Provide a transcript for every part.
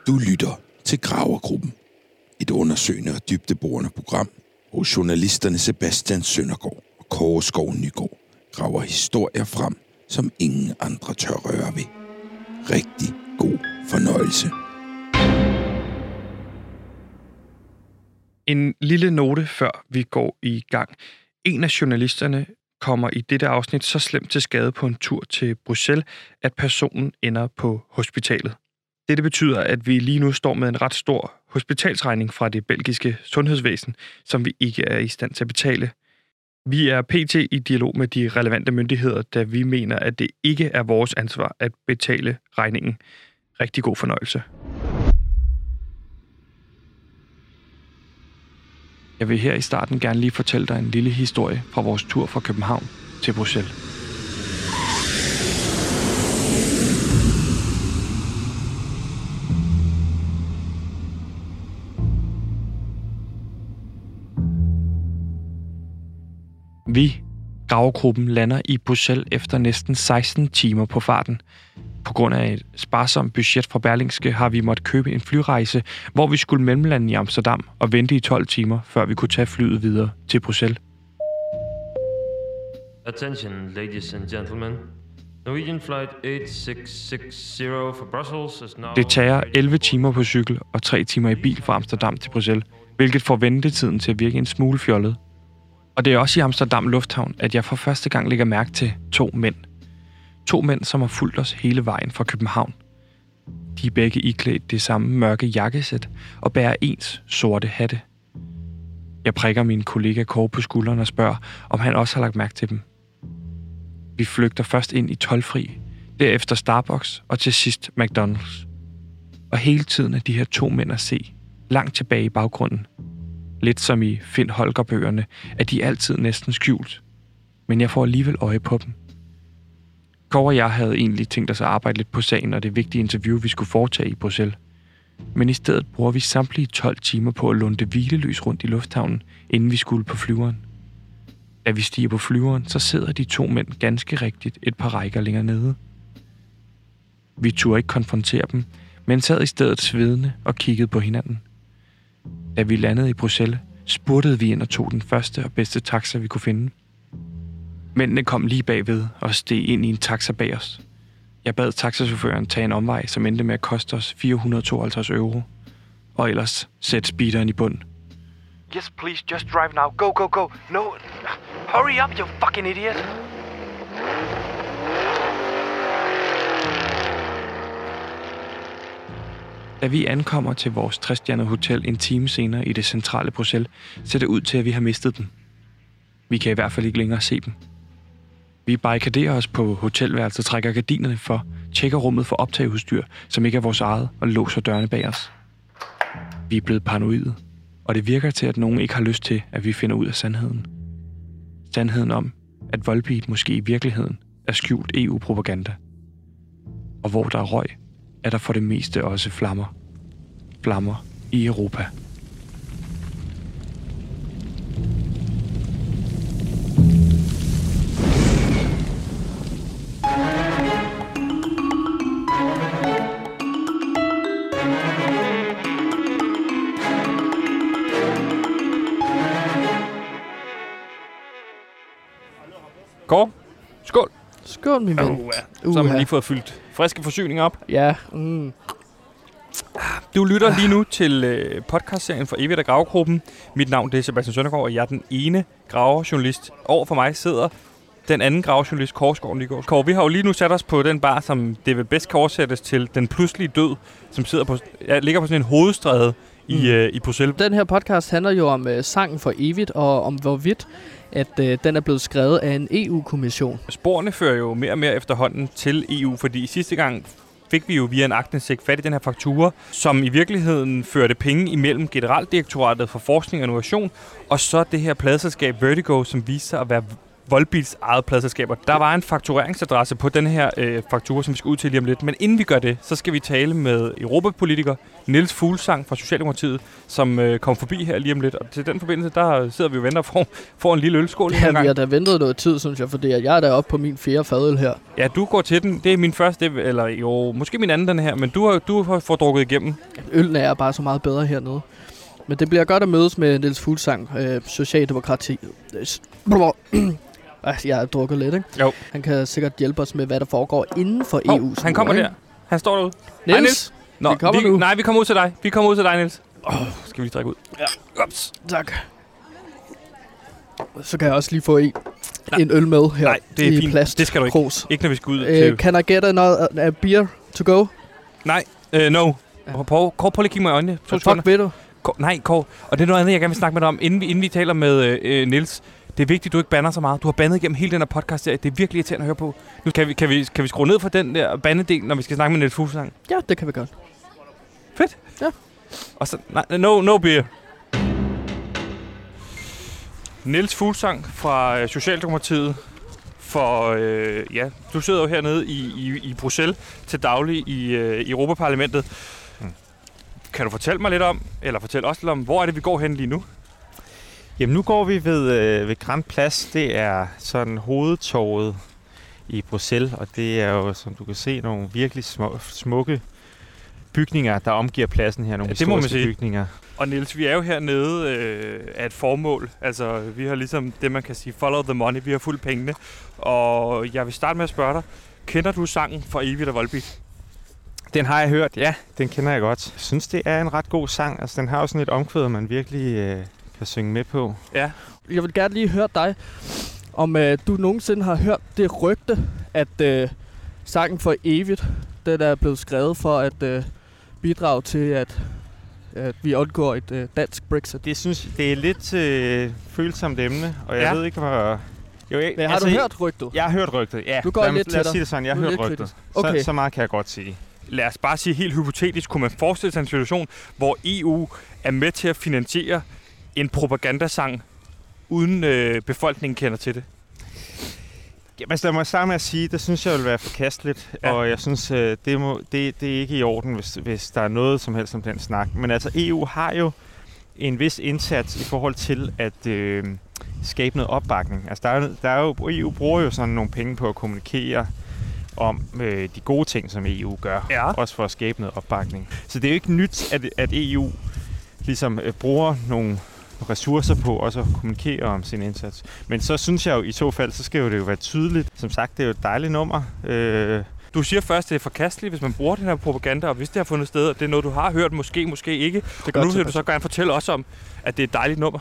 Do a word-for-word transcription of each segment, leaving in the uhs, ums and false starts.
Du lytter til Gravergruppen. Et undersøgende og dybdeborende program, hvor journalisterne Sebastian Søndergaard og Kåre Skov Nygaard graver historier frem, som ingen andre tør røre ved. Rigtig god fornøjelse. En lille note, før vi går i gang. En af journalisterne kommer i dette afsnit så slemt til skade på en tur til Bruxelles, at personen ender på hospitalet. Dette betyder, at vi lige nu står med en ret stor hospitalsregning fra det belgiske sundhedsvæsen, som vi ikke er i stand til at betale. Vi er pt. I dialog med de relevante myndigheder, da vi mener, at det ikke er vores ansvar at betale regningen. Rigtig god fornøjelse. Jeg vil her i starten gerne lige fortælle dig en lille historie fra vores tur fra København til Bruxelles. Vi, Gravergruppen, lander i Bruxelles efter næsten seksten timer på farten. På grund af et sparsomt budget fra Berlingske har vi måttet købe en flyrejse, hvor vi skulle mellemlande i Amsterdam og vente i tolv timer, før vi kunne tage flyet videre til Bruxelles. Attention, ladies and gentlemen. Norwegian flight otte seks seks nul for Brussels is now... Det tager elleve timer på cykel og tre timer i bil fra Amsterdam til Bruxelles, hvilket får ventetiden til at virke en smule fjollet. Og det er også i Amsterdam Lufthavn, at jeg for første gang lægger mærke til to mænd. To mænd, som har fulgt os hele vejen fra København. De er begge iklædt det samme mørke jakkesæt og bærer ens sorte hatte. Jeg prikker min kollega Kåre på skulderen og spørger, om han også har lagt mærke til dem. Vi flygter først ind i toldfri, derefter Starbucks og til sidst McDonald's. Og hele tiden er de her to mænd at se, langt tilbage i baggrunden. Lidt som i Finn Holger-bøgerne, at de altid næsten skjult. Men jeg får alligevel øje på dem. Kåre og jeg havde egentlig tænkt os at arbejde lidt på sagen og det vigtige interview, vi skulle foretage i Bruxelles. Men i stedet bruger vi samtlige tolv timer på at lunde hvilelys rundt i lufthavnen, inden vi skulle på flyveren. Da vi stiger på flyveren, så sidder de to mænd ganske rigtigt et par rækker længere nede. Vi turde ikke konfrontere dem, men sad i stedet svedende og kiggede på hinanden. Da vi landede i Bruxelles, spurtede vi ind og tog den første og bedste taxa, vi kunne finde. Mændene kom lige bagved og steg ind i en taxa bag os. Jeg bad taxachaufføren tage en omvej, som endte med at koste os fire hundrede og tooghalvtreds euro. Og ellers sæt speederen i bund. Yes, please, just drive now. Go, go, go. No, hurry up, you fucking idiot. Da vi ankommer til vores tre-stjernede hotel en time senere i det centrale Bruxelles, ser det ud til, at vi har mistet dem. Vi kan i hvert fald ikke længere se dem. Vi barrikaderer os på hotelværelset, trækker gardinerne for, tjekker rummet for optageudstyr, som ikke er vores eget, og låser dørene bag os. Vi er blevet paranoide, og det virker til, at nogen ikke har lyst til, at vi finder ud af sandheden. Sandheden om, at Volbeat måske i virkeligheden er skjult E U-propaganda. Og hvor der er røg, er der for det meste også flammer. Flammer i Europa. Kåre, skål. Skål, min ven. Uh, ja. Så har man lige fået fyldt friske forsyninger op. Ja. Mm. Du lytter lige nu til øh, podcastserien for Evigt og Gravergruppen. Mit navn det er Sebastian Søndergaard, og jeg er den ene graverjournalist. Over for mig sidder den anden graverjournalist, Kåre Skov Nygaard. Kåre, vi har jo lige nu sat os på den bar, som det vil bedst kan oversættes til den pludselige død, som sidder på, ja, ligger på sådan en hovedstræde i, mm. øh, i Bruxelles. Den her podcast handler jo om øh, sangen for evigt, og om hvorvidt at øh, den er blevet skrevet af en E U-kommission. Sporene fører jo mere og mere efterhånden til E U, fordi sidste gang fik vi jo via en aktindsigt fat i den her faktura, som i virkeligheden førte penge imellem Generaldirektoratet for Forskning og Innovation, og så det her pladeselskab Vertigo, som viste sig at være Volbeats eget pladselskaber. Der var en faktureringsadresse på den her øh, faktura, som vi skal ud til lige om lidt. Men inden vi gør det, så skal vi tale med europapolitiker Niels Fuglsang fra Socialdemokratiet, som øh, kom forbi her lige om lidt. Og til den forbindelse, der sidder vi og venter for, for en lille ølskål. Ja, vi har da ventet noget tid, synes jeg, fordi jeg er da oppe på min fjerde fadøl her. Ja, du går til den. Det er min første, eller jo, måske min anden den her, men du har, du har fået drukket igennem. Øllen er bare så meget bedre hernede. Men det bliver godt at mødes med Niels Fuglsang, øh, Socialdemokrati. Jeg har drukket lidt, ikke? Jo. Han kan sikkert hjælpe os med, hvad der foregår inden for oh, E U. Han kommer der. Han står derude. Niels? Niels? Nå, vi kommer vi, nu. Nej, vi kommer ud til dig. Vi kommer ud til dig, Niels. Oh, skal vi lige drikke ud? Ja. Ups. Tak. Så kan jeg også lige få en, en øl med her. Nej, det er i fint. Plast. Det skal du ikke. Kros. Ikke når vi skal ud Uh, til... Can I get another a beer to go? Nej, uh, no. Ja. Kåre, Kåre, prøv lige at kigge mig i øjnene. Hvad fuck ved du? Kåre, nej, Kåre. Og det er noget andet, jeg gerne vil snakke med dig om, inden vi, inden vi taler med øh, Niels. Det er vigtigt, at du ikke bander så meget. Du har bandet igennem hele den her podcast der. Det er virkelig irriterende at høre på. Nu kan vi, kan vi, kan vi skrue ned for den der bandedel, når vi skal snakke med Niels Fuglsang? Ja, det kan vi godt. Fedt. Ja. Og så... Nej, no, no beer. Niels Fuglsang fra øh, Socialdemokratiet. For, øh, ja, du sidder jo hernede i, i, i Bruxelles til daglig i øh, Europaparlamentet. Hmm. Kan du fortælle mig lidt om, eller fortælle os lidt om, hvor er det, vi går hen lige nu? Jamen nu går vi ved, øh, ved Grand Place. Det er sådan hovedtorvet i Bruxelles, og det er jo, som du kan se, nogle virkelig små, smukke bygninger, der omgiver pladsen her. Nogle ja, det må man sige. Bygninger. Og Niels, vi er jo hernede øh, af et formål. Altså, vi har ligesom det, man kan sige, follow the money. Vi har fuldt pengene. Og jeg vil starte med at spørge dig, kender du sangen fra Evigt og Volbeat? Den har jeg hørt, ja. Den kender jeg godt. Jeg synes, det er en ret god sang. Altså, den har jo sådan et omkvæd, man virkelig øh, kan synge med på. Ja. Jeg vil gerne lige høre dig, om øh, du nogensinde har hørt det rygte, at øh, sangen for Evigt, den er blevet skrevet for at øh, bidrage til, at at vi undgår et øh, dansk Brexit. Det synes det er lidt øh, følsomt emne, og jeg ja. ved ikke, hvor... Jo, jeg, Men har altså, du hørt rygtet? Jeg har hørt rygtet, ja. Du går lad, lidt lad os sige det sådan, jeg har hørt rygtet. Okay. Så, så meget kan jeg godt sige. Lad os bare sige helt hypotetisk, kunne man forestille sig en situation, hvor E U er med til at finansiere en propagandasang, uden øh, befolkningen kender til det? Jamen, lad mig starte med at sige, det synes jeg vil være forkasteligt, ja. Og jeg synes, det, må, det, det er ikke i orden, hvis, hvis der er noget som helst om den snak. Men altså, E U har jo en vis indsats i forhold til at øh, skabe noget opbakning. Altså, der er, der er jo, E U bruger jo sådan nogle penge på at kommunikere om øh, de gode ting, som E U gør, ja. Også for at skabe noget opbakning. Så det er jo ikke nyt, at, at E U ligesom øh, bruger nogle ressourcer på også at kommunikere om sin indsats. Men så synes jeg jo i så fald, så skal jo det jo være tydeligt. Som sagt, det er jo et dejligt nummer. Øh... Du siger først, at det er forkasteligt, hvis man bruger den her propaganda, og hvis det har fundet sted, og det er noget, du har hørt, måske, måske ikke. Det og nu vil du så gerne fortælle os om, at det er et dejligt nummer.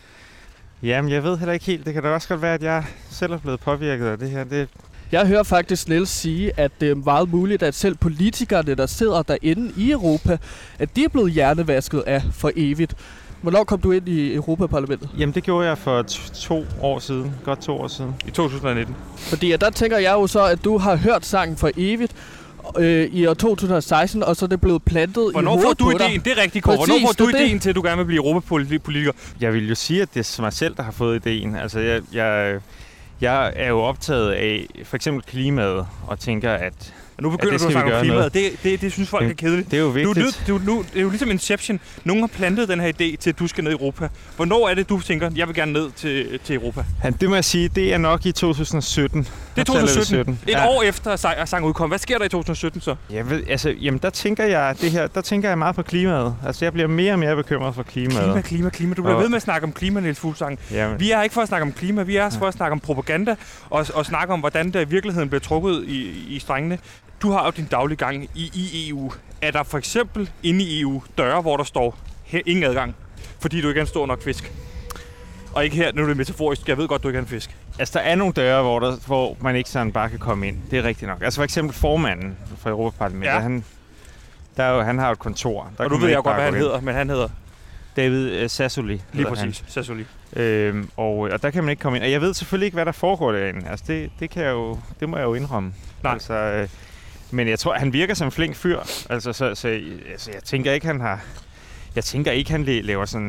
Jamen, jeg ved heller ikke helt. Det kan da også godt være, at jeg selv er blevet påvirket af det her. Det... Jeg hører faktisk Niels sige, at det er meget muligt, at selv politikerne, der sidder derinde i Europa, at de er blevet hjernevasket af for evigt. Hvornår kom du ind i Europaparlamentet? Jamen, det gjorde jeg for t- to år siden. Godt to år siden. I to tusind nitten. Fordi der tænker jeg jo så, at du har hørt sangen for evigt øh, i år to tusind og seksten, og så er det blevet plantet Hvornår i hovedet på dig. Hvornår får du idéen? Det er rigtigt, Kåre. Hvornår får du idéen det? til, at du gerne vil blive europapolitiker? Jeg vil jo sige, at det er mig selv, der har fået idéen. Altså, jeg, jeg, jeg er jo optaget af for eksempel klimaet, og tænker, at Og nu begynder ja, du at snakke om klimaet. Det, det, det synes folk det, er kedeligt. Det er jo vigtigt. Du, du, du, det er jo ligesom Inception. Nogen har plantet den her idé til, at du skal ned i Europa. Hvornår er det, du tænker, jeg vil gerne ned til, til Europa? Han, det må jeg sige, det er nok i to tusind og sytten. Det er to tusind og sytten? Et ja. år efter at sangen udkom. Hvad sker der i to tusind og sytten så? Jeg ved, altså, jamen, der tænker jeg, det her, der tænker jeg meget på klimaet. Altså, jeg bliver mere og mere bekymret for klimaet. Klima, klima, klima. Du bliver og... ved med at snakke om klima, Niels Fuglsang. Jamen. Vi er ikke for at snakke om klima, vi er ja. for at snakke om propaganda og, og snakke om, hvordan der i virkeligheden bliver trukket i, i strengene. Du har jo din daglige gang i, i E U. Er der for eksempel inde i E U døre, hvor der står ingen adgang, fordi du ikke er en stor nok fisk? Og ikke her, nu er det metaforisk. Jeg ved godt, du ikke er en fisk. Altså, der er nogle døre, hvor, der, hvor man ikke sådan bare kan komme ind. Det er rigtigt nok. Altså for eksempel formanden for Europaparlamentet, ja. han, der er jo, han har jo et kontor. Der og nu ved jeg godt, hvad han ind. hedder, men han hedder? David uh, Sassoli. Lige præcis, Sassoli. Øhm, og, og der kan man ikke komme ind. Og jeg ved selvfølgelig ikke, hvad der foregår derinde. Altså, det, det, kan jeg jo, det må jeg jo indrømme. Nej. Altså, øh, men jeg tror, han virker som en flink fyr. Altså, så, så altså, jeg tænker ikke, han har... Jeg tænker ikke, han laver sådan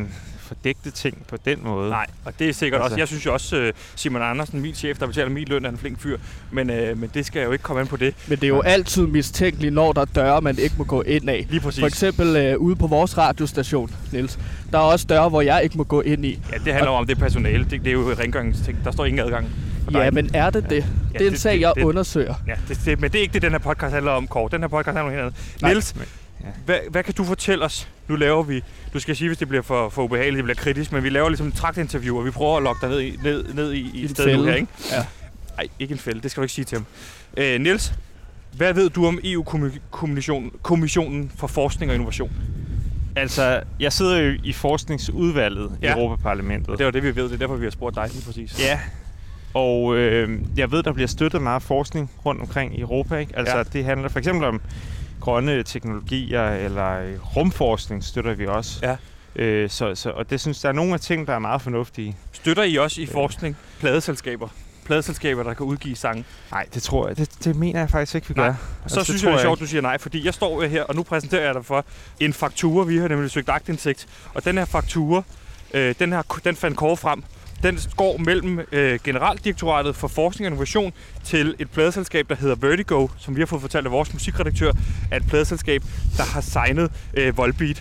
fordægte ting på den måde. Nej, og det er sikkert altså. også. Jeg synes jo også, uh, Simon Andersen, min chef, der betaler min løn, er en flink fyr. Men, uh, men det skal jeg jo ikke komme an på det. Men det er jo altid mistænkeligt, når der er døre, man ikke må gå ind af. Lige præcis. For eksempel uh, ude på vores radiostation, Niels. Der er også døre, hvor jeg ikke må gå ind i. Ja, det handler og om det personale. Det, det er jo rengøringsting. Der står ingen adgang. Ja, men er det det? Ja, det er en det, sag, det, jeg det, undersøger. Ja, det, det, men det er ikke det, den her podcast handler om, Kåre. Den her podcast handler om noget andet. Niels, ja. hvad, hvad kan du fortælle os? Nu laver vi, du skal sige, hvis det bliver for, for ubehageligt, det bliver kritisk, men vi laver ligesom en tragtinterview, og vi prøver at lokke dig ned i, ned, ned i, i et sted nu her, ikke? Ja. Nej, ikke en fælde, det skal du ikke sige til ham. Øh, Niels, hvad ved du om E U-kommissionen for forskning og innovation? Altså, jeg sidder jo i forskningsudvalget ja. i Europaparlamentet. Det var det, vi ved. Det er derfor, vi har spurgt dig lige præcis. Ja, og øh, jeg ved, der bliver støttet meget forskning rundt omkring i Europa, ikke? Altså, ja. det handler for eksempel om grønne teknologier, eller rumforskning støtter vi også. Ja. Øh, så, så, og det synes der er nogle af ting, der er meget fornuftige. Støtter I også i forskning pladeselskaber? Pladeselskaber, der kan udgive sange? Nej, det tror jeg. Det, det mener jeg faktisk ikke, vi gør. Så altså, synes jeg, det er sjovt, du siger nej, fordi jeg står her, og nu præsenterer jeg dig for en faktura. Vi har nemlig søgt aktindsigt, og den her faktura, øh, den, her, den fandt Kåre frem. Den går mellem øh, Generaldirektoratet for Forskning og Innovation til et pladeselskab, der hedder Vertigo, som vi har fået fortalt af vores musikredaktør, er et pladeselskab, der har signet øh, Volbeat.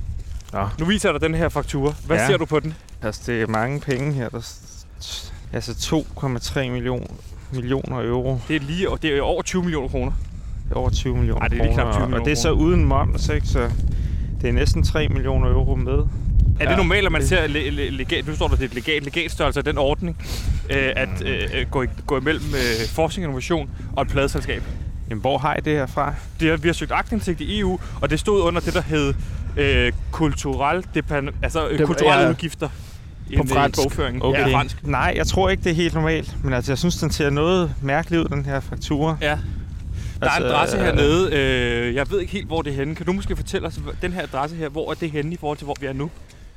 Ja. Nu viser jeg dig den her faktura. Hvad ja. ser du på den? Altså, det er mange penge her. Der altså to komma tre millioner euro. Det er lige det er over tyve millioner kroner. Det er over tyve millioner Ej, det er lige knap tyve millioner. Og det er så uden moms, ikke? Så det er næsten tre millioner euro med. Er det ja, normalt, at man det... ser le- le- legat, nu står der, det er legat, legatstørrelse af den ordning, øh, at øh, gå, i, gå imellem øh, forskning og innovation og et pladeselskab? Jamen, hvor har I det her fra? Det er, vi har søgt aktindsigt i E U, og det stod under det, der hed øh, kulturelle altså, øh, kulturelle udgifter. På fransk. Bogføring. Okay. Ja, fransk. Nej, jeg tror ikke, det er helt normalt. Men altså, jeg synes, den ser noget mærkeligt ud, den her faktura. Ja. Der altså, er en adresse hernede. Øh, jeg ved ikke helt, hvor det er henne. Kan du måske fortælle os, den her adresse her, hvor er det henne i forhold til, hvor vi er nu?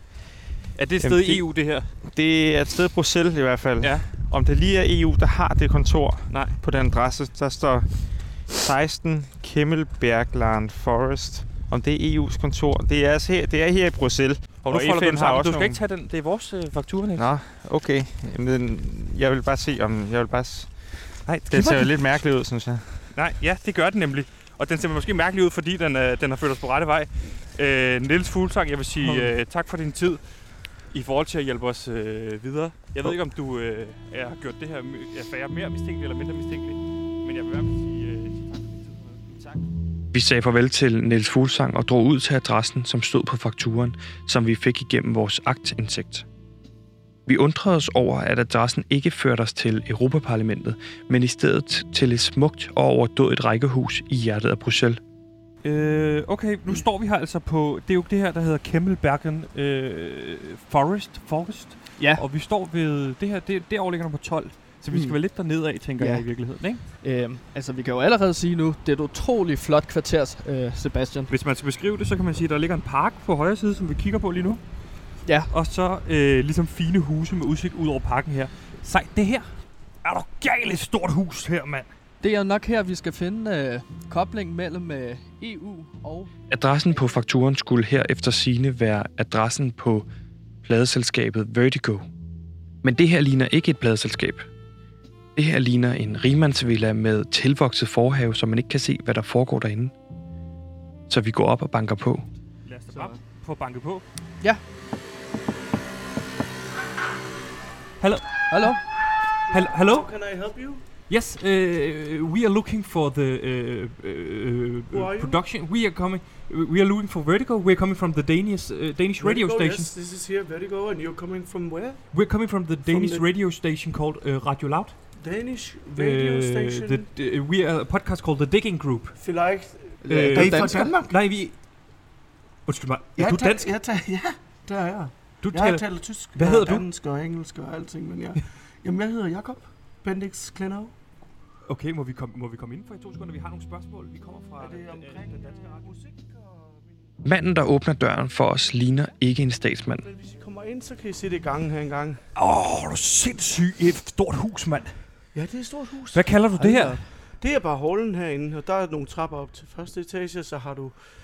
Er det et sted i E U, det her? Det er et sted i Bruxelles i hvert fald. Ja. Om det lige er E U, der har det kontor Nej. på den adresse, der står seksten Kemmelbergland Forest. Om det er E U's kontor. Det er, altså her, det er her i Bruxelles. Og nu folder du den sammen. Du skal ikke tage den. Det er vores øh, faktura, Niels. Nå, okay. Jamen, jeg vil bare se om... Jeg vil bare... S- Nej, det ser jo lidt mærkeligt ud, synes jeg. Nej, ja, det gør den nemlig. Og den ser måske mærkelig ud, fordi den, øh, den har ført os på rette vej. Øh, Niels Fuglsang, jeg vil sige øh, tak for din tid i forhold til at hjælpe os øh, videre. Jeg ved ikke, om du øh, har gjort det her affære mere mistænkeligt eller mindre mistænkeligt, men jeg vil i hvert fald sige øh, tak for din tid. Tak. Vi sagde farvel til Niels Fuglsang og drog ud til adressen, som stod på fakturen, som vi fik igennem vores aktindsigt. Vi undrede os over, at adressen ikke førte os til Europaparlamentet, men i stedet til et smukt og overdådigt rækkehus i hjertet af Bruxelles. Øh, okay, nu står vi her altså på, det er jo det her, der hedder Kemmelbergen øh, Forest, Forest. Ja. Og vi står ved, det her, det, derovre ligger på tolv. Så vi skal mm. være lidt dernede af, tænker ja. jeg i virkeligheden, ikke? Øhm, altså, vi kan jo allerede sige nu, det er et utroligt flot kvarter, øh, Sebastian. Hvis man skal beskrive det, så kan man sige, at der ligger en park på højre side, som vi kigger på lige nu. Ja. Og så øh, ligesom fine huse med udsigt ud over parken her. Sej, det her er der galt et stort hus her, mand. Det er nok her, vi skal finde øh, koblingen mellem øh, E U og... Adressen på fakturen skulle her efter sigende være adressen på pladeselskabet Vertigo. Men det her ligner ikke et pladeselskab. Det her ligner en rigmandsvilla med tilvokset forhave, så man ikke kan se, hvad der foregår derinde. Så vi går op og banker på. Lad os da bare på at banke på. Ja. Hallo. Hallo. Hel- Hello. How can I help you? Yes, uh, we are looking for the uh, uh, production. We are coming. We are looking for Vertigo. We are coming from the Danish uh, Danish Vertigo, radio station. Yes, this is here Vertigo, and you're coming from where? We're coming from the Danish from the radio station called uh, Radio Loud. Danish radio uh, station. The, uh, we are a podcast called The Digging Group. Feel like. Uh, er I fra Danmark? Nej, vi. Undskyld mig. Er jeg du tager, dansk? Jeg tager, ja, der er jeg. Du jeg taler, taler tysk. Hvad jeg hedder du? Dansk og engelsk og alting, men jeg. Jamen, jeg hedder Jakob Bendix Klenau. Okay, må vi komme må vi komme ind for i to sekunder? Vi har nogle spørgsmål. Vi kommer fra er det omkring den danske radio. Musik og... Manden, der åbner døren for os, ligner ikke en statsmand. Men hvis I kommer ind, så kan I se det i gangen her engang. Åh, oh, du er sindssygt et stort hus, mand. Ja, det er et stort hus. Hvad kalder du det her? Det er bare hallen herinde, og der er nogle trapper op til første etage, så har du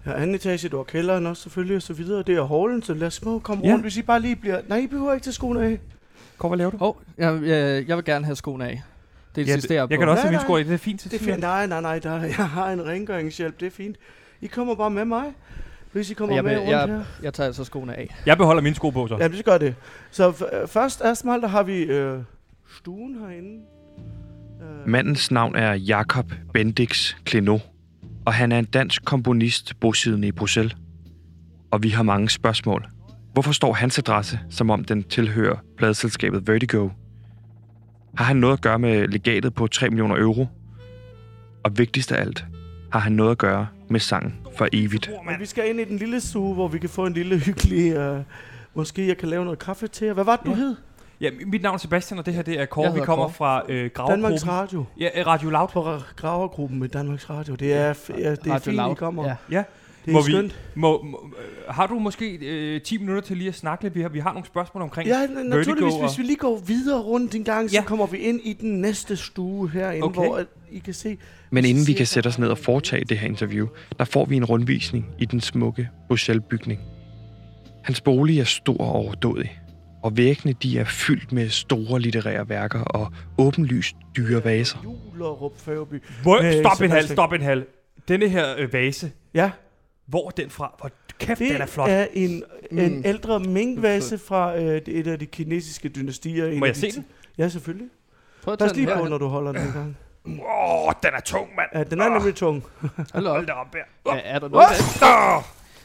Ja, anden etage, du har kælderen også selvfølgelig, og så videre. Det er hallen, så lad os komme rundt, Ja. hvis I bare lige bliver... Nej, I behøver ikke tage skoene af. Kåre, hvad laver du? Åh, oh, jeg, jeg, jeg vil gerne have skoene af. Det er det Ja, sidste, jeg er jeg på. kan også Nej, have mine nej. sko i. Det er fint. Det er fint. Nej, nej, nej, der, jeg har en rengøringshjælp, det er fint. I kommer bare med mig, hvis I kommer jeg, med vil, rundt jeg, her. jeg tager altså skoene af. Jeg beholder mine sko på, så. Ja, det gør det. Så f- først, erstmal, der har vi øh, stuen herinde. Øh, Mandens navn er Jakob Bendix Clénaud, og han er en dansk komponist bosiddende i Bruxelles. Og vi har mange spørgsmål. Hvorfor står hans adresse, som om den tilhører pladeselskabet Vertigo? Har han noget at gøre med legatet på tre millioner euro? Og vigtigst af alt, har han noget at gøre med sangen For Evigt? Men vi skal ind i den lille stue, hvor vi kan få en lille hyggelig... Øh, måske jeg kan lave noget kaffe til jer. Hvad var det, du Ja. hed? Ja, mit navn er Sebastian, og det her det er Kåre. Jeg Vi hedder kommer Kåre. fra øh, Danmarks Gravergruppen. Radio. Ja, øh, Radio Loud. På ra- Gravergruppen med Danmarks Radio. Det er, f- ja, det er Radio fint, I Loud. kommer. Ja. Ja. Det Må er vi- skønt. Må, må, øh, har du måske øh, ti minutter til lige at snakke lidt? Vi har, vi har nogle spørgsmål omkring Ja, naturligvis. og- Hvis vi lige går videre rundt en gang, så Ja. kommer vi ind i den næste stue herinde, Okay. hvor at I kan se... Men inden vi kan sætte os ned og foretage det her interview, der får vi en rundvisning i den smukke Bruxelles-bygning. Hans bolig er stor og overdådig, og væggene de er fyldt med store litterære værker og åbenlyst dyre vaser. Julerup Færgeby. Hvor, Med stop en Sebastian. halv, stop en halv. Denne her øh, vase, Ja, hvor er den fra? Hvor kæft, det den er flot. er en, en Mm. ældre Ming-vase fra øh, det- et af de kinesiske dynastier. En Må af jeg de se ti- den? Ja, selvfølgelig. Prøv at Pas tage lige den på, her. når du holder den en gang. Åh, oh, den er tung, mand. Ja, den er nemlig tung. Hold op. Hold da op her. Ja, er der noget der? Oh,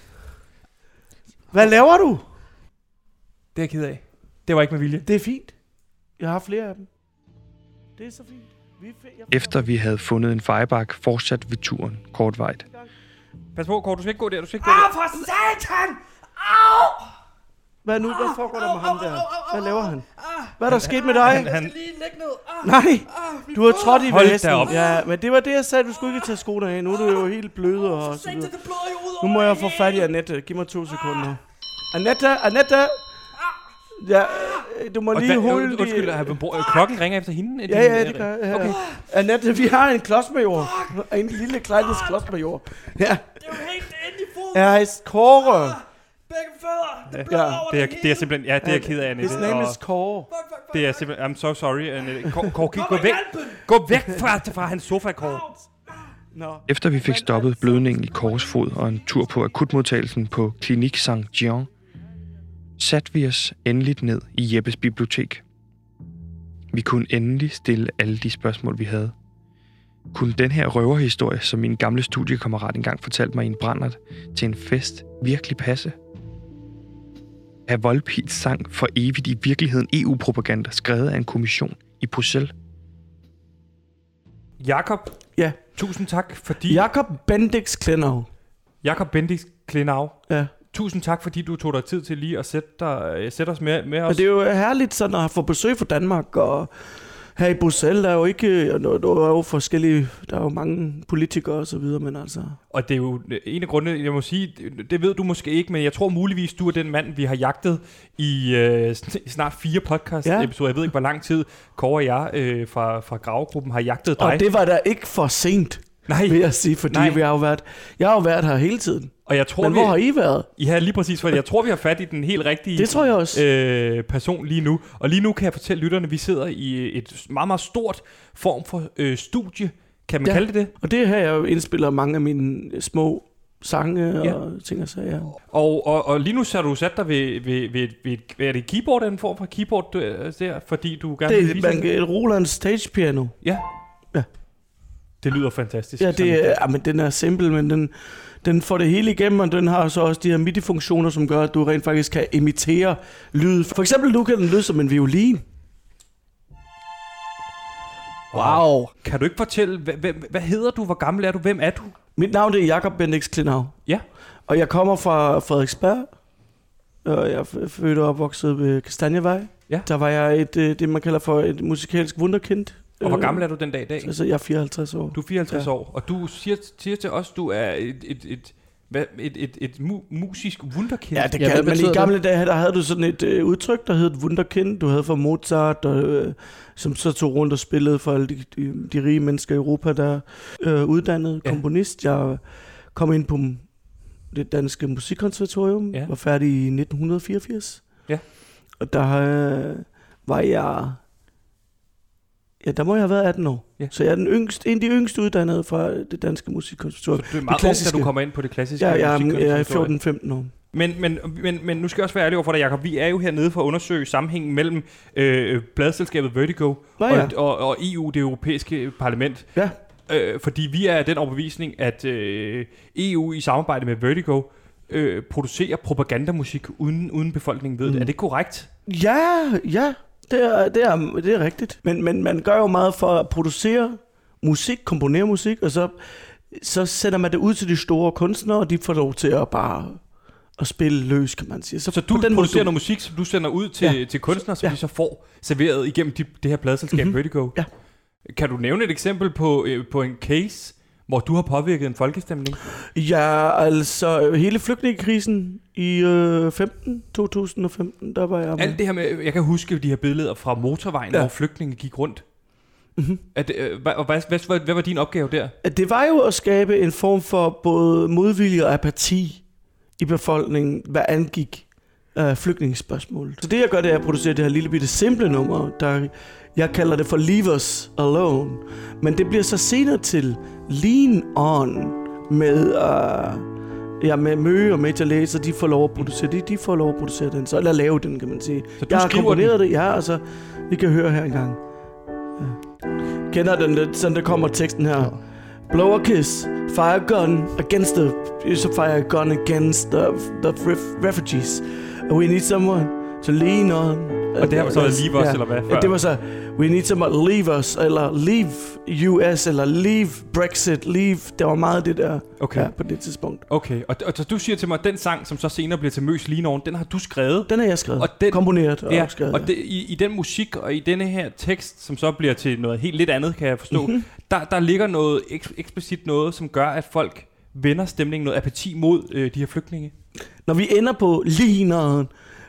Hvad laver du? det er jeg ked af. Det var ikke med vilje. Det er fint. Jeg har flere af dem. Det er så fint. Vi er fe- jeg Efter vi havde fundet en fejebak, fortsatte vi turen kortvejt. Pas på, Kåre, du skal ikke gå der. Du skal ikke gå der. for satan! Hvad nu? Hvad foregår der med ham der? Hvad laver han? Hvad er der sket med dig? Han, han, Nej, du har trådt i Hold da vasen. op. Ja, men det var det, jeg sagde. Du skulle ikke tage skoene af. Nu er du jo helt bløde og så videre. Nu må jeg få fat i Annette. Giv mig to sekunder. Annette, Annette! Ja, øh, du må og lige hvad, holde und, undskyld, de... har vi brug- øh, klokken ringer efter hende? Ja, ja, det gør jeg. Okay. Okay. Annette, vi har en klodsmajor. En lille kleines klodsmajor. Ja. Det er jo helt inde i foden. Ja, hej, Kåre. Begge fødder. Det Ja. Det er, det er simpelthen, ja, det er jeg ked af, Annette. His name og is Kåre. Fuck, fuck, fuck. Det er simpelthen, I'm so sorry, Annette. Kåre, Kåre, gå Kom og væk. hjælp den. Gå væk fra, fra hans sofa, Kåre. Nå. Efter vi fik stoppet blødningen i Kåres fod og en tur på akutmodtagelsen på Clinique Saint-Jean, satte vi os endeligt ned i Jeppes bibliotek. Vi kunne endelig stille alle de spørgsmål, vi havde. Kunne den her røverhistorie, som min gamle studiekammerat engang fortalte mig i en brændert, til en fest virkelig passe? Er Volbeats sang For Evigt i virkeligheden E U-propaganda skrevet af en kommission i Bruxelles? Jakob, Ja. tusind tak, fordi... Jakob Bendix Clénaud. Jakob Bendix Clénaud. Ja. Tusind tak, fordi du tog dig tid til lige at sætte, dig, øh, sætte os med, med os. Men det er jo herligt sådan at få besøg fra Danmark, og her i Bruxelles der er jo ikke, der er jo forskellige, der er jo mange politikere og så videre, men altså... Og det er jo en af grundene, jeg må sige, det, det ved du måske ikke, men jeg tror muligvis, du er den mand, vi har jagtet i øh, snart fire podcast-episoder. Ja. Jeg ved ikke, hvor lang tid Kåre og jeg øh, fra, fra Gravergruppen har jagtet dig. Og det var da ikke for sent, Nej, vil jeg sige, fordi Nej. vi har jo været, jeg har jo været her hele tiden. og jeg tror, Men vi, hvor har I været? Ja, lige præcis, for jeg tror, vi har fat i den helt rigtige Det tror jeg også. øh, person lige nu. Og lige nu kan jeg fortælle lytterne, at vi sidder i et meget, meget stort form for øh, studie. Kan man Ja. kalde det det? Og det her, jeg jo indspiller mange af mine små sange Ja. og ting og sager. Og, og, og lige nu så har du sat dig ved, ved, ved, ved, ved er det keyboard, en form for keyboard øh, der, fordi du gerne vil Det vise er man, et Roland Stage Piano. Ja. Ja. Det lyder fantastisk. Ja, Sådan- det er, ja, men den er simpel, men den, den får det hele igennem, og den har så også de her MIDI-funktioner, som gør, at du rent faktisk kan imitere lyd. For eksempel, nu kan den lyde som en violin. Wow. Kan du ikke fortælle, hvad, hvad, hvad hedder du, hvor gammel er du, hvem er du? Mit navn er Jakob Bendix Clénaud. Ja. Og jeg kommer fra Frederiksberg. Og jeg er født og opvokset ved Kastanjevej. Ja. Der var jeg et, øh, det, man kalder for et musikalsk wunderkind. Og hvor gammel er du den dag i dag? Altså, jeg er fireoghalvtreds år. Du er fireoghalvtreds Ja. år, og du siger, siger til os, du er et, et, et, hvad, et, et, et mu- musisk wunderkind. Ja, det Ja, kan hvad men i betyder gamle dage, der havde du sådan et øh, udtryk, der hed et wunderkind. Du havde for Mozart, og, øh, som så tog rundt og spillede for alle de, de, de rige mennesker i Europa, der øh, uddannede Ja. komponist. Jeg kom ind på det danske musikkonservatorium. Ja. Var færdig i nitten fireogfirs. Ja. Og der øh, var jeg... Ja, der må jeg have været atten år. Ja. Så jeg er den yngste, en af de yngste uddannede fra det danske musikkonservatorium. Så du er meget ung, da du kommer ind på det klassiske ja, jeg, er, musikkonservatorium. jeg er fjorten femten år. Men, men, men, men nu skal jeg også være ærlig over for dig, Jacob. Vi er jo hernede for at undersøge sammenhængen mellem øh, pladselskabet Vertigo Nå, ja. og, og, og E U, det europæiske parlament. Ja. Øh, fordi vi er af den overbevisning, at øh, E U i samarbejde med Vertigo øh, producerer propagandamusik, uden, uden befolkningen ved mm. det. Er det korrekt? Ja, ja. Det er, det er, det er rigtigt. Men, men man gør jo meget for at producere musik, komponere musik, og så, så sender man det ud til de store kunstnere, og de får lov til at bare at spille løs, kan man sige. Så, så du den producerer du... noget musik, som du sender ud til, ja. til kunstnere, som ja. de så får serveret igennem de, det her pladeselskab mm-hmm. Vertigo? Ja. Kan du nævne et eksempel på, øh, på en case, hvor du har påvirket en folkestemning? Ja, altså hele flygtningekrisen i øh, femten, to tusind og femten, der var jeg med. Alt det her med, jeg kan huske de her billeder fra motorvejen, ja. hvor flygtninge gik rundt. Mm-hmm. At, øh, hvad, hvad, hvad, hvad var din opgave der? Det var jo at skabe en form for både modvilje og apati i befolkningen, hvad angik øh, flygtningespørgsmålet. Så det jeg gør, det er at producere det her lille bitte simple nummer, der jeg kalder det for Leave Us Alone. Men det bliver så senere til Lean On med, uh, ja, med Møge og Major Lazer, de får lov at producere, de, de får lov at producere den, så, eller lave den, kan man sige. Så jeg har komponeret den? det, ja, altså, vi kan høre her engang. Ja. Kender den, det, sådan der kommer teksten her. Blow a kiss, fire a gun against the, so fire a gun against the, the ref, refugees. We need someone to lean on. Og det her var så leave us, ja. eller hvad? Før? Det var så, we need someone to leave us, eller leave U S, eller leave Brexit, leave. Der var meget det der okay. ja, på det tidspunkt. Okay, og, og så du siger til mig, at den sang, som så senere bliver til Møs Lean On, den har du skrevet? Den har jeg skrevet, og den, komponeret og ja, skrevet. Og det, i, i den musik og i denne her tekst, som så bliver til noget helt lidt andet, kan jeg forstå, mm-hmm. der, der ligger noget eks, eksplicit noget, som gør, at folk vender stemningen, noget apati mod øh, de her flygtninge. Når vi ender på Lean On,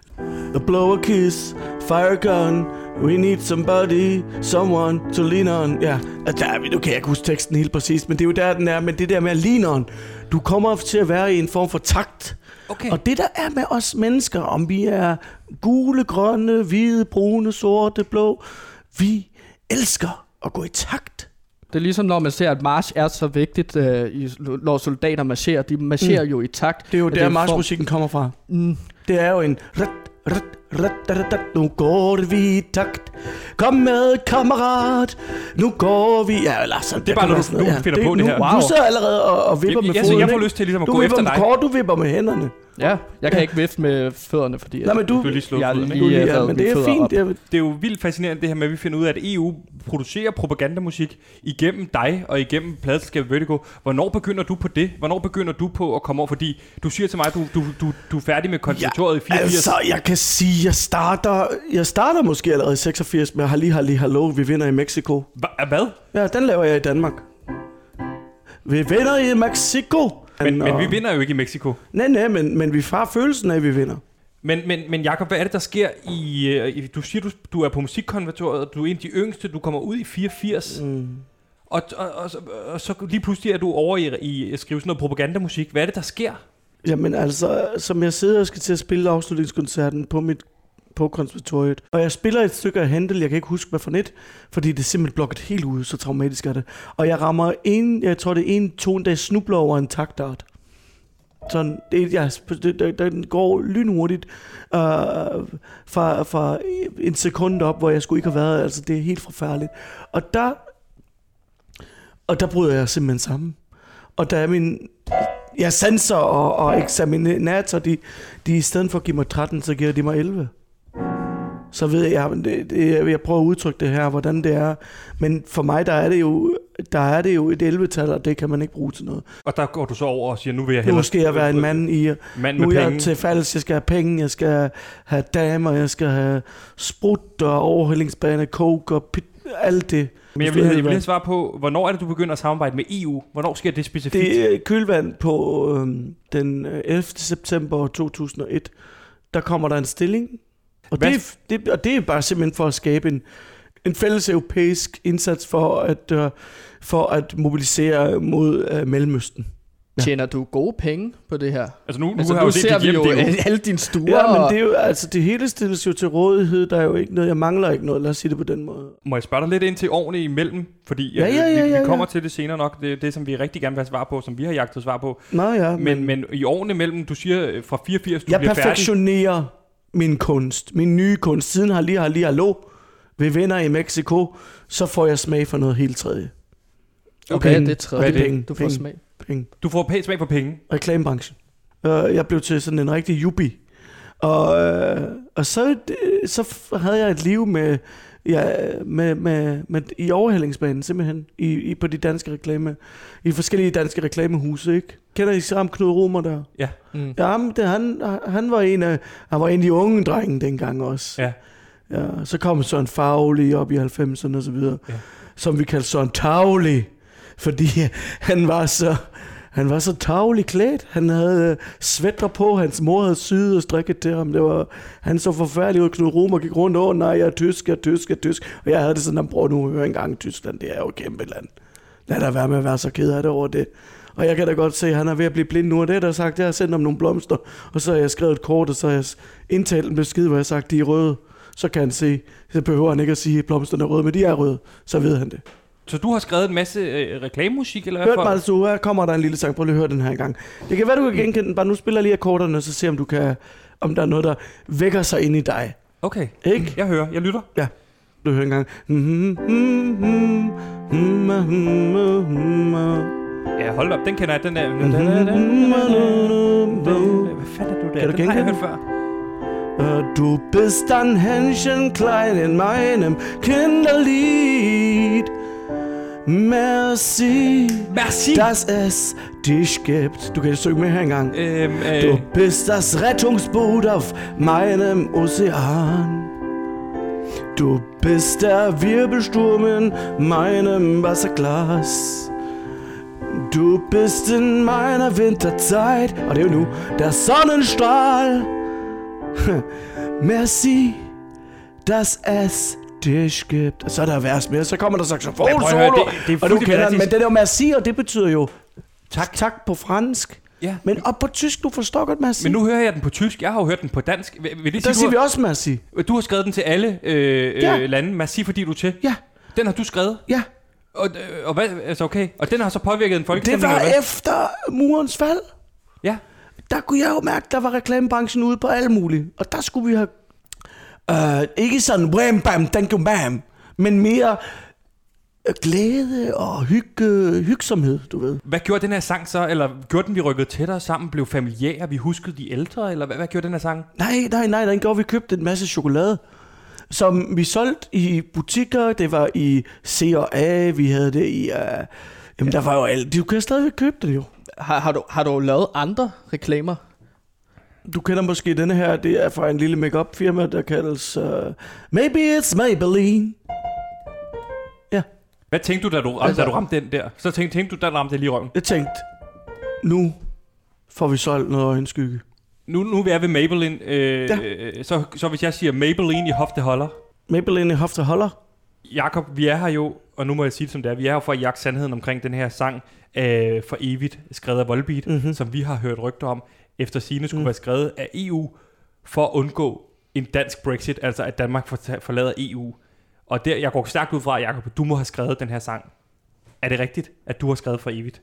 blow a kiss, fire a gun, we need somebody, someone to lean on. Ja, der, nu kan jeg ikke huske teksten helt præcis, men det er jo der, den er. Men det der med at lean on, du kommer til at være i en form for takt. Okay. Og det der er med os mennesker, om vi er gule, grønne, hvide, brune, sorte, blå, vi elsker at gå i takt. Det er ligesom, når man ser, at march er så vigtigt, øh, når soldater marcherer. De marcherer mm. jo i takt. Det er jo der, marchmusikken kommer fra. Mm. Det er jo en... Rat, rat, rat, rat, rat, nu går vi i takt. Kom med, kammerat. Nu går vi... Ja, eller så... Det er bare noget, du, du finder det, på det her. Nu, wow. Du sidder allerede og, og vipper jeg, med jeg, foden. Jeg får lyst til ligesom at du gå efter dig. Kort, du vipper med hænderne. Ja, jeg kan ja. ikke vifte med fødderne, fordi... Nej, men du... Du er lige slået jeg fødderne, lige, ja, men det er fint. Det er, det er jo vildt fascinerende det her med, at vi finder ud af, at E U producerer propagandamusik igennem dig og igennem pladeselskabet Vertigo. Hvornår begynder du på det? Hvornår begynder du på at komme over? Fordi du siger til mig, at du, du, du, du er færdig med konservatoriet ja, i fireogfirs. Altså, jeg kan sige, jeg starter... Jeg starter måske allerede i seksogfirs med Halli Halli Hallo, vi vinder i Mexico. Hva- hvad? Ja, den laver jeg i Danmark. Vi vinder i Mexico. Men, men vi vinder jo ikke i Mexico. Nej, nej, men, men vi har følelsen af, at vi vinder. Men, men, men Jacob, hvad er det, der sker i... Øh, du siger, du, du er på musikkonservatoriet, du er en af de yngste, du kommer ud i fireogfirs. Mm. Og, og, og, og så lige pludselig er du over i, i at skrive sådan noget propagandamusik. Hvad er det, der sker? Jamen altså, som jeg sidder og skal til at spille afslutningskoncerten på mit på konservatoriet. Og jeg spiller et stykke af Händel, jeg kan ikke huske, hvad for net, fordi det er simpelthen blokket helt ud, så traumatisk er det. Og jeg rammer en, jeg tror det er en tone, der snubler over en taktart. Sådan, det, jeg, det, den går lynhurtigt uh, fra, fra en sekund op, hvor jeg skulle ikke have været, altså det er helt forfærdeligt. Og der, og der bryder jeg simpelthen sammen. Og der er min, jeg sanser og, og eksaminator, de, de i stedet for at give mig tretten, så giver de mig elleve. Så ved jeg, det, det, jeg prøver at udtrykke det her, hvordan det er. Men for mig, der er det jo, der er det jo et elleve-tal, og det kan man ikke bruge til noget. Og der går du så over og siger, nu vil jeg hellere... Nu skal jeg være en mand i... Mand nu med er penge. jeg til falds, jeg skal have penge, jeg skal have damer, jeg skal have sprut og overhældingsbane, coke og pit, alt det. Men jeg vil, jeg vil lige svare på, hvornår er det, du begynder at samarbejde med E U? Hvornår sker det specifikt? Det er kølvand på øhm, den ellevte september to tusind og et. Der kommer der en stilling. Og det, det, og det er bare simpelthen for at skabe en, en fælles europæisk indsats for at, uh, for at mobilisere mod uh, Mellemøsten. Tjener du gode penge på det her? Altså nu, nu, Altså, har nu jeg jo set ser dit vi hjem, jo det er jo alle dine stuer. Ja, men og- det er jo, altså det hele stilles jo til rådighed. Der er jo ikke noget, jeg mangler ikke noget. Lad os sige det på den måde. Må jeg spørge dig lidt ind til årene imellem? Fordi Ja, øh, ja, ja, vi, ja, vi kommer ja. til det senere nok. Det er det, som vi rigtig gerne vil have svar på, som vi har jagtet svar på. Nå ja, Men, men i årene imellem, du siger øh, fra fireogfirs, du jeg bliver færdig. perfektionerer min kunst, min nye kunst. Siden har lige har lige hallo ved venner i Mexico, så får jeg smag for noget helt tredje. Okay, penge. det er tredje. Og det er det? penge. Du får penge, smag. penge. Du får pænt smag for penge. Reklamebranchen. Uh, jeg blev til sådan en rigtig yuppie. Og, uh, og så, så havde jeg et liv med, ja, med, med, med i overhældingsbanen simpelthen, i, i, på de danske reklame, i forskellige danske reklamehuse, ikke? Kender I sammen Knud Romer der? Ja. Mm. Ja, men det, han, han, var en af, han var en af de unge drenge dengang også. Ja. Ja, så kom Søren Fauli op i halvfemserne og så videre, Ja. som vi kaldte Søren Tavli, fordi han var så, han var så tavlig klædt. Han havde sweater på, hans mor havde syet og strikket til ham. Det var, han så forfærdelig ud. Knud Romer gik rundt over, nej, jeg er tysk, jeg er tysk, jeg er tysk. Og jeg havde det sådan, at prøv nu at høre engang, Tyskland, det er jo et kæmpe land. Lad da være med at være så ked af det over det. Og jeg kan da godt se, at han er ved at blive blind nu, og det er der sagt, jeg har sendt ham nogle blomster, og så har jeg skrevet et kort, og så har jeg indtalt en besked, hvor jeg har sagt, de er røde. Så kan han se, så behøver han ikke at sige, at blomsterne er røde, men de er røde, så ved han det. Så du har skrevet en masse øh, reklamemusik, eller hvad? Hørt for? mig altså, her kommer der en lille sang, prøv lige at høre den her gang. Det kan være, du kan genkende den, bare nu spiller jeg lige akkorderne, så se om du kan, om der er noget, der vækker sig ind i dig. Okay, Ikke? jeg hører, jeg lytter. Du hører en gang. Ja, hold op, den kender jeg, den der. Hvad fanden er du der? Kan du Den har jeg genkende hørt før. Du bist ein Händchen klein in meinem Kinderlied. Merci, Merci. dass es dich gibt. Du kan synge med her engang. Øhm, øh, Du bist das Rettungsboot auf meinem Ozean. Du bist der Wirbelsturm in meinem Wasserglas. Du bist in meiner Winterzeit, og det er jo nu, der Sonnenstrahl. Merci, dass es dich gibt. Og så er der vers mere, så kommer der saxofon Men prøv at høre, solo, det- det er og du fuldstændig kender den, rigtigt. men det er jo merci, og det betyder jo tak, tak på fransk. ja. Men op på tysk, du forstår godt merci. Men nu hører jeg den på tysk. Jeg har jo hørt den på dansk. Vil, vil det der sige, siger du, vi også merci. har, du har skrevet den til alle øh, Ja. øh, lande. Merci, fordi du er til. Ja, Den har du skrevet. ja. Og, øh, og hvad, altså okay. Og den har så påvirket en Det folkestemning. var eller hvad? efter murens fald. Ja. Der kunne jeg jo mærke, der var reklamebranchen ude på alle mulige. Og der skulle vi have... Øh, ikke sådan, wham, bam, thank you, bam. Men mere øh, glæde og hygge, hyggesomhed, du ved. Hvad gjorde den her sang så? Eller gjorde den, vi rykkede tættere sammen, blev familiære, vi huskede de ældre? Eller hvad, hvad gjorde den her sang? Nej, nej, nej, den gjorde vi købte en masse chokolade, som vi solgte i butikker. Det var i C og A, vi havde det i... Uh, jamen, der var jo alt. Du kan stadigvæk købe den jo. Har, har, du, har du lavet andre reklamer? Du kender måske denne her, det er fra en lille make-up firma, der kaldes uh, Maybe It's Maybelline. Hvad tænkte du, da du, ramte, Altså- da du ramte den der? Så tænkte, tænkte du, da ramte det lige i røven. Jeg tænkte, nu får vi solgt noget øjenskygge. Nu, nu er vi ved Maybelline. Øh, Ja. øh, så, så hvis jeg siger Maybelline i hofteholder. Maybelline i hofteholder. Jakob, vi er her jo, og nu må jeg sige det som det er, vi er her for at jagte sandheden omkring den her sang øh, for evigt, skrevet af Volbeat, Mhm. som vi har hørt rygter om, efter sigende skulle Mm. være skrevet af E U, for at undgå en dansk Brexit, altså at Danmark forta- forlader E U. Og der, jeg går stærkt ud fra, Jakob, du må have skrevet den her sang. Er det rigtigt, at du har skrevet for evigt?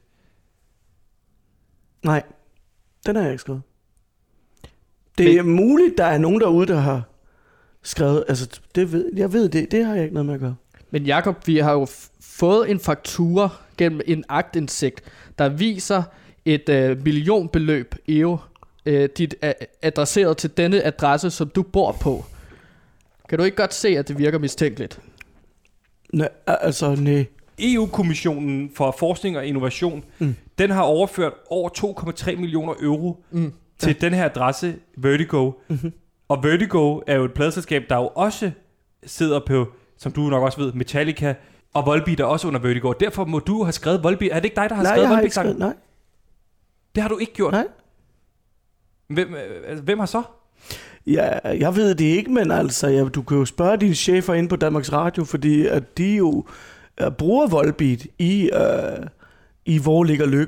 Nej, den har jeg ikke skrevet. Det er muligt, der er nogen derude, der har skrevet, altså det ved, jeg ved det, det har jeg ikke noget med at gøre. Men Jakob, vi har jo f- fået en faktura gennem en aktindsigt, der viser et øh, millionbeløb euro, øh, dit er adresseret til denne adresse, som du bor på. Kan du ikke godt se, at det virker mistænkeligt? Nej, altså nej. E U-kommissionen for forskning og innovation, Mm. den har overført over to komma tre millioner euro Mm. til den her adresse, Vertigo. Mhm. Og Vertigo er jo et pladeselskab, der jo også sidder på, som du nok også ved, Metallica, og Volbeat er også under Vertigo. Derfor må du have skrevet Volbeat. Er det ikke dig, der har Nej, skrevet jeg har ikke Volbeat-sangen? skrevet, nej. Det har du ikke gjort. Nej. Hvem, øh, altså, hvem har så? Ja, jeg ved det ikke, men altså, ja, du kan jo spørge dine chefer inde på Danmarks Radio, fordi at de jo uh, bruger Volbeat i, uh, i Hvor ligger lykken.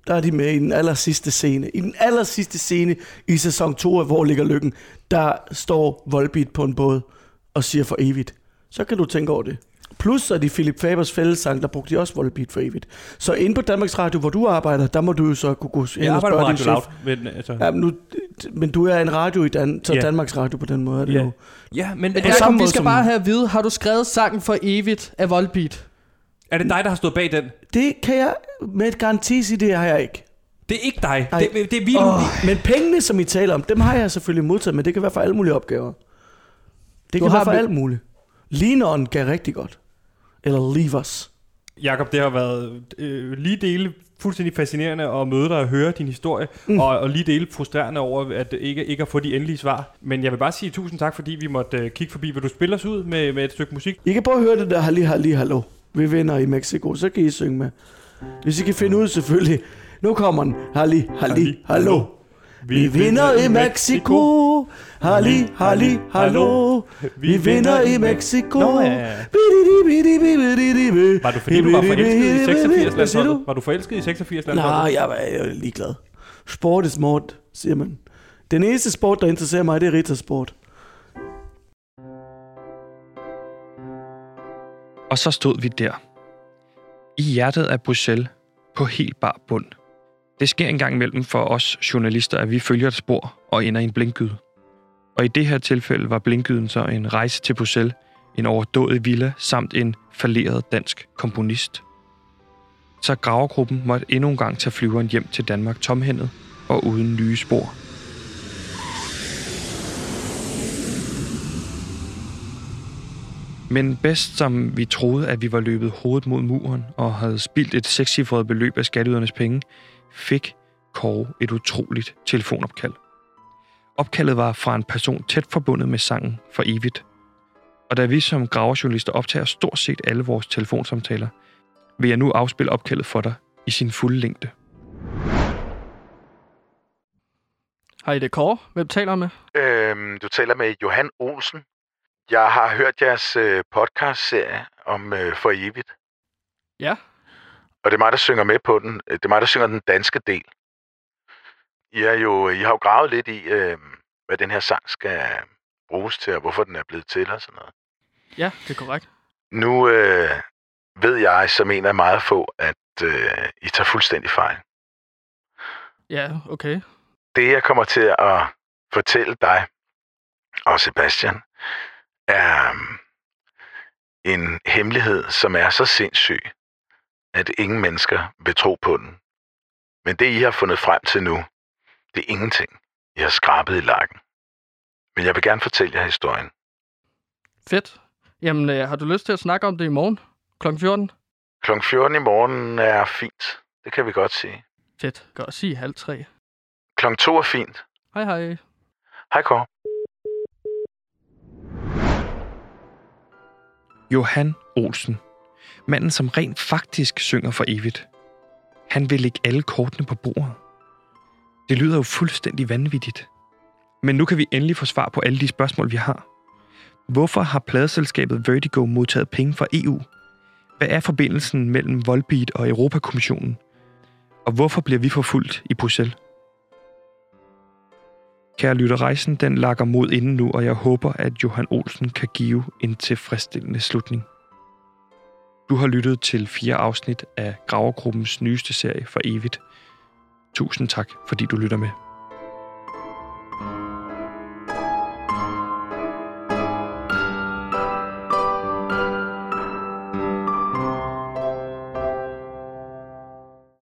Der er de med i den aller sidste scene. I den aller sidste scene i sæson to af Hvor ligger lykken, der står Volbeat på en båd og siger for evigt. Så kan du tænke over det. Plus så er de Philip Fabers fællessang, der brugte de også Volbeat for evigt. Så inde på Danmarks Radio, hvor du arbejder, der må du jo så kunne gå ind og spørge din chef. Men, altså. ja, men, nu, men du er en radio i Dan- så ja. Danmarks Radio på den måde. Er det ja. jo. Ja, men, Men men Jacob, vi måde skal som- bare have at vide, har du skrevet sangen for evigt af Volbeat? er det dig, der har stået bag den? Det kan jeg med et garanti sige, det har jeg ikke. Det er ikke dig. Ej. Det, det er vi, Oh, men pengene, som I taler om, dem har jeg selvfølgelig modtaget, men det kan være for alle mulige opgaver. Det Du kan har være for med- alt muligt. Lean-on gav rigtig godt. Eller Leave Us. Jakob, det har været øh, lige dele fuldstændig fascinerende at møde dig og høre din historie, Mm. og, og lige dele frustrerende over, at ikke, ikke at få de endelige svar. Men jeg vil bare sige tusind tak, fordi vi måtte øh, kigge forbi. Vil du spille os ud med, med et stykke musik? I kan prøve at høre det der Halli Halli Hallo. Vi vinder i Mexico, så kan I synge med. Hvis I kan finde ud selvfølgelig. Nu kommer den. Halli Halli Hallo. Vi vinder i Mexico. Halli Halli Hallo. Vi vinder i Mexico. Nå, ja. Var du fordi, du var forelsket i seksogfirs Hvad siger du? landsholdet? Var du forelsket i seksogfirs landsholdet? Nej, jeg var jeg er ligeglad. Sport er smart, siger man. Den eneste sport, der interesserer mig, det er Rita-sport. Og så stod vi der. I hjertet af Bruxelles, på helt bar bund. Det sker engang imellem for os journalister, at vi følger et spor og ender i en blinkgyde. Og i det her tilfælde var blinkgyden så en rejse til Bruxelles, en overdådig villa samt en falderet dansk komponist. Så gravergruppen måtte endnu en gang tage flyveren hjem til Danmark tomhændet og uden nye spor. Men bedst som vi troede, at vi var løbet hovedet mod muren og havde spildt et sekscifret beløb af skatteydernes penge, fik Kåre et utroligt telefonopkald. Opkaldet var fra en person tæt forbundet med sangen for evigt. Og da vi som graverjournalister optager stort set alle vores telefonsamtaler, vil jeg nu afspille opkaldet for dig i sin fulde længde. Hej, det er Kåre. Hvem taler jeg med? Øhm, du taler med Johan Olsen. Jeg har hørt jeres øh, podcast-serie om øh, For Evigt. Ja. Og det er mig, der synger med på den. Det er mig, der synger den danske del. I, er jo, I har jo gravet lidt i, øh, hvad den her sang skal bruges til, og hvorfor den er blevet til og sådan noget. Ja, det er korrekt. Nu øh, ved jeg, som en af meget få, at øh, I tager fuldstændig fejl. Ja, okay. Det, jeg kommer til at fortælle dig og Sebastian, er um, en hemmelighed, som er så sindssyg, at ingen mennesker vil tro på den. Men det, I har fundet frem til nu, det er ingenting. I har skrabet i lakken. Men jeg vil gerne fortælle jer historien. Fedt. Jamen, øh, har du lyst til at snakke om det i morgen? klokken fjorten? klokken fjorten i morgen er fint. Det kan vi godt sige. Fedt. Godt at sige halv tre. klokken to er fint. Hej, hej. Hej, Kåre. Johan Olsen. Manden, som rent faktisk synger for evigt. Han vil lægge alle kortene på bordet. Det lyder jo fuldstændig vanvittigt. Men nu kan vi endelig få svar på alle de spørgsmål, vi har. Hvorfor har pladeselskabet Vertigo modtaget penge fra E U? Hvad er forbindelsen mellem Volbeat og Europakommissionen? Og hvorfor bliver vi forfulgt i Bruxelles? Kære lytter, rejsen den lakker mod inden nu, og jeg håber, at Johan Olsen kan give en tilfredsstillende slutning. Du har lyttet til fire afsnit af Gravergruppens nyeste serie For Evigt. Tusind tak, fordi du lytter med.